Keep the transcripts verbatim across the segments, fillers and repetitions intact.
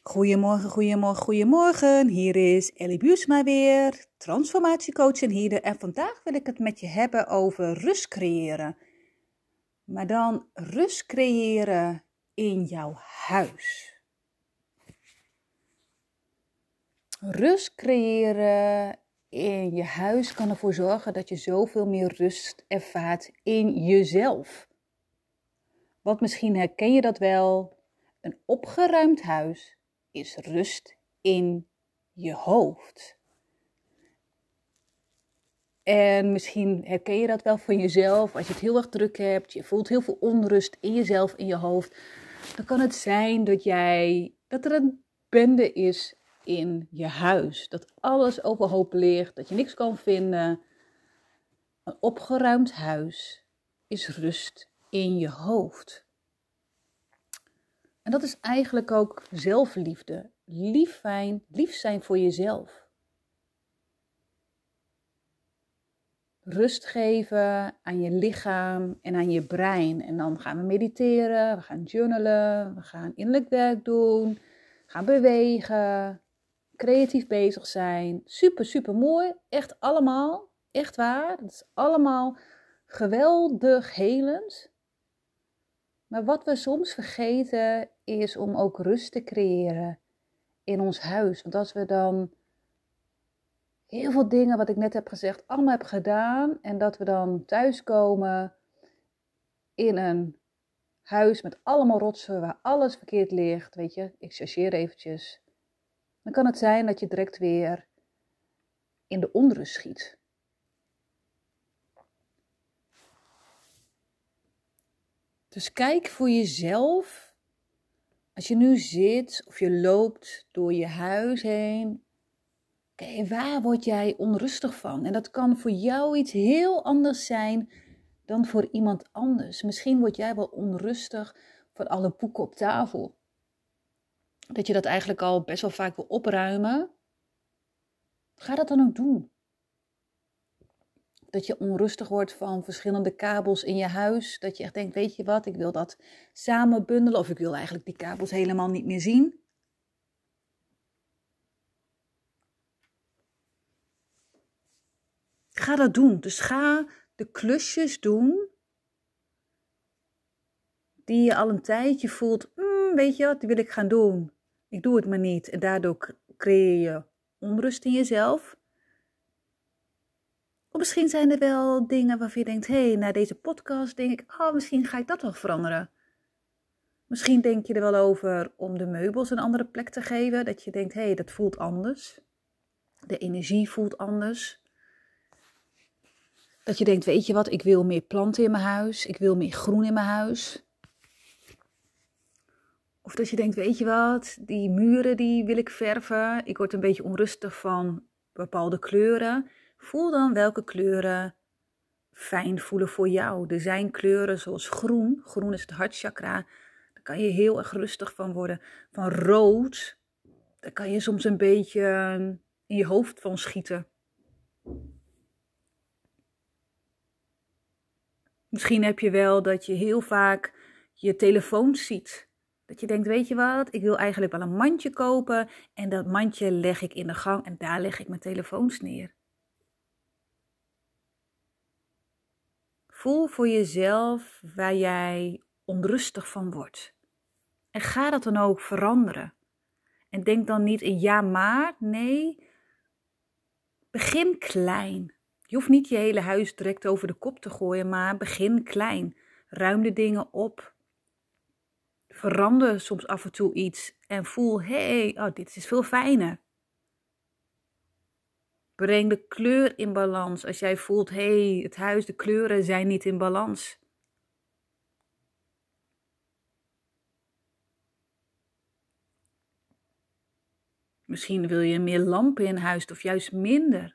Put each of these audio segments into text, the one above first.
Goedemorgen, goedemorgen, goedemorgen. Hier is Ellie Buursma weer, transformatiecoach en hier. En vandaag wil ik het met je hebben over rust creëren. Maar dan rust creëren in jouw huis. Rust creëren in je huis kan ervoor zorgen dat je zoveel meer rust ervaart in jezelf. Want misschien herken je dat wel, een opgeruimd huis is rust in je hoofd. En misschien herken je dat wel van jezelf. Als je het heel erg druk hebt, je voelt heel veel onrust in jezelf, in je hoofd. Dan kan het zijn dat, jij, dat er een bende is in je huis. Dat alles overhoop ligt, dat je niks kan vinden. Een opgeruimd huis is rust in je hoofd. En dat is eigenlijk ook zelfliefde. Lief zijn, lief zijn voor jezelf. Rust geven aan je lichaam en aan je brein. En dan gaan we mediteren, we gaan journalen, we gaan innerlijk werk doen, gaan bewegen, creatief bezig zijn. Super, super mooi. Echt allemaal, echt waar. Het is allemaal geweldig helend. Maar wat we soms vergeten is om ook rust te creëren in ons huis. Want als we dan heel veel dingen wat ik net heb gezegd allemaal heb gedaan. En dat we dan thuiskomen in een huis met allemaal rotsen waar alles verkeerd ligt. Weet je, ik chargeer eventjes. Dan kan het zijn dat je direct weer in de onrust schiet. Dus kijk voor jezelf, als je nu zit of je loopt door je huis heen, oké, waar word jij onrustig van? En dat kan voor jou iets heel anders zijn dan voor iemand anders. Misschien word jij wel onrustig van alle boeken op tafel. Dat je dat eigenlijk al best wel vaak wil opruimen. Ga dat dan ook doen. Dat je onrustig wordt van verschillende kabels in je huis. Dat je echt denkt, weet je wat, ik wil dat samen bundelen. Of ik wil eigenlijk die kabels helemaal niet meer zien. Ga dat doen. Dus ga de klusjes doen. Die je al een tijdje voelt. Mm, weet je wat, die wil ik gaan doen. Ik doe het maar niet. En daardoor creëer je onrust in jezelf. Of misschien zijn er wel dingen waarvan je denkt, hé, hey, na deze podcast denk ik, oh, misschien ga ik dat wel veranderen. Misschien denk je er wel over om de meubels een andere plek te geven. Dat je denkt, hé, hey, dat voelt anders. De energie voelt anders. Dat je denkt, weet je wat, ik wil meer planten in mijn huis. Ik wil meer groen in mijn huis. Of dat je denkt, weet je wat, die muren die wil ik verven. Ik word een beetje onrustig van bepaalde kleuren. Voel dan welke kleuren fijn voelen voor jou. Er zijn kleuren zoals groen. Groen is het hartchakra. Daar kan je heel erg rustig van worden. Van rood, daar kan je soms een beetje in je hoofd van schieten. Misschien heb je wel dat je heel vaak je telefoon ziet. Dat je denkt, weet je wat, ik wil eigenlijk wel een mandje kopen. En dat mandje leg ik in de gang en daar leg ik mijn telefoons neer. Voel voor jezelf waar jij onrustig van wordt. En ga dat dan ook veranderen. En denk dan niet in ja maar, nee. Begin klein. Je hoeft niet je hele huis direct over de kop te gooien, maar begin klein. Ruim de dingen op. Verander soms af en toe iets en voel, hé, hey, oh, dit is veel fijner. Breng de kleur in balans. Als jij voelt, hé, hey, het huis, de kleuren zijn niet in balans. Misschien wil je meer lampen in huis of juist minder.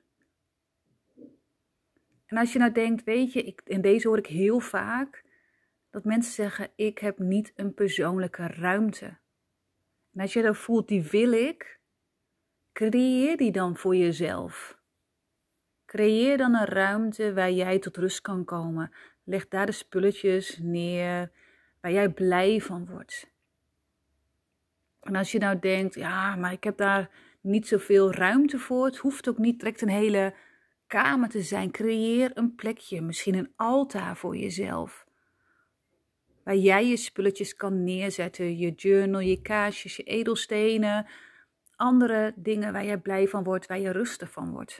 En als je nou denkt, weet je, ik, en deze hoor ik heel vaak, dat mensen zeggen, ik heb niet een persoonlijke ruimte. En als je dan voelt, die wil ik, creëer die dan voor jezelf. Creëer dan een ruimte waar jij tot rust kan komen. Leg daar de spulletjes neer waar jij blij van wordt. En als je nou denkt, ja, maar ik heb daar niet zoveel ruimte voor. Het hoeft ook niet direct een hele kamer te zijn. Creëer een plekje, misschien een altaar voor jezelf. Waar jij je spulletjes kan neerzetten. Je journal, je kaarsjes, je edelstenen. Andere dingen waar je blij van wordt, waar je rustig van wordt.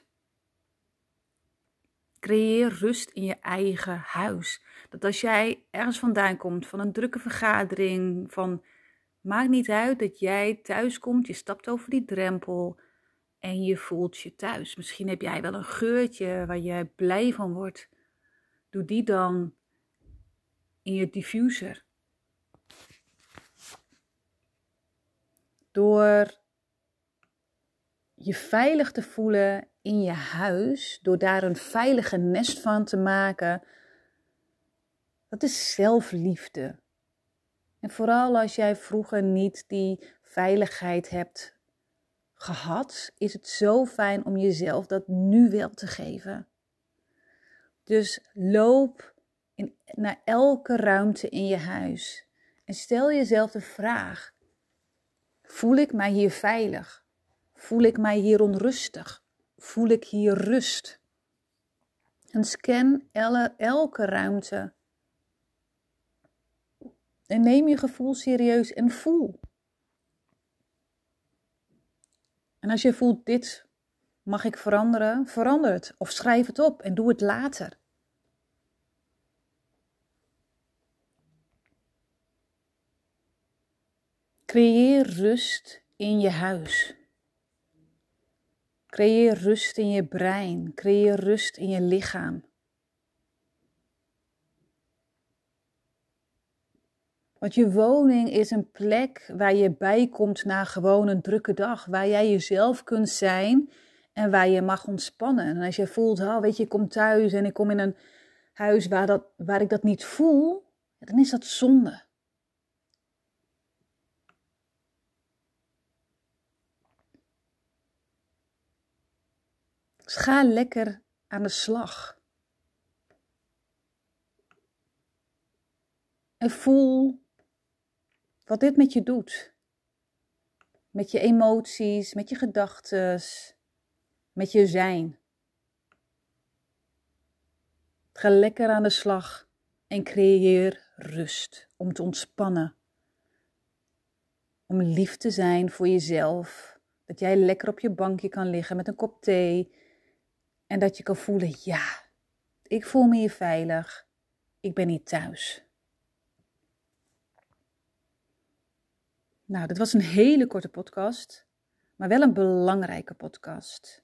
Creëer rust in je eigen huis. Dat als jij ergens vandaan komt, van een drukke vergadering, van maakt niet uit dat jij thuis komt, je stapt over die drempel en je voelt je thuis. Misschien heb jij wel een geurtje waar je blij van wordt. Doe die dan in je diffuser. Door je veilig te voelen in je huis, door daar een veilige nest van te maken, dat is zelfliefde. En vooral als jij vroeger niet die veiligheid hebt gehad, is het zo fijn om jezelf dat nu wel te geven. Dus loop in, naar elke ruimte in je huis en stel jezelf de vraag: voel ik mij hier veilig? Voel ik mij hier onrustig? Voel ik hier rust? En scan elle, elke ruimte. En neem je gevoel serieus en voel. En als je voelt, dit mag ik veranderen, verander het. Of schrijf het op en doe het later. Creëer rust in je huis. Creëer rust in je brein. Creëer rust in je lichaam. Want je woning is een plek waar je bij komt na gewoon een drukke dag. Waar jij jezelf kunt zijn en waar je mag ontspannen. En als je voelt, oh, weet je, ik kom thuis en ik kom in een huis waar, dat, waar ik dat niet voel, dan is dat zonde. Dus ga lekker aan de slag. En voel wat dit met je doet. Met je emoties, met je gedachten, met je zijn. Ga lekker aan de slag en creëer rust om te ontspannen. Om lief te zijn voor jezelf. Dat jij lekker op je bankje kan liggen met een kop thee. En dat je kan voelen, ja, ik voel me hier veilig. Ik ben hier thuis. Nou, dit was een hele korte podcast, maar wel een belangrijke podcast.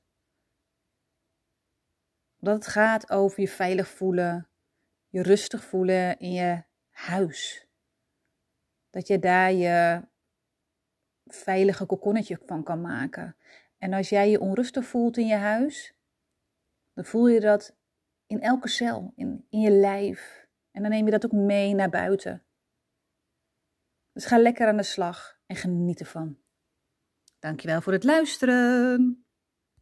Omdat het gaat over je veilig voelen, je rustig voelen in je huis. Dat je daar je veilige kokonnetje van kan maken. En als jij je onrustig voelt in je huis, dan voel je dat in elke cel, in, in je lijf. En dan neem je dat ook mee naar buiten. Dus ga lekker aan de slag en geniet ervan. Dankjewel voor het luisteren.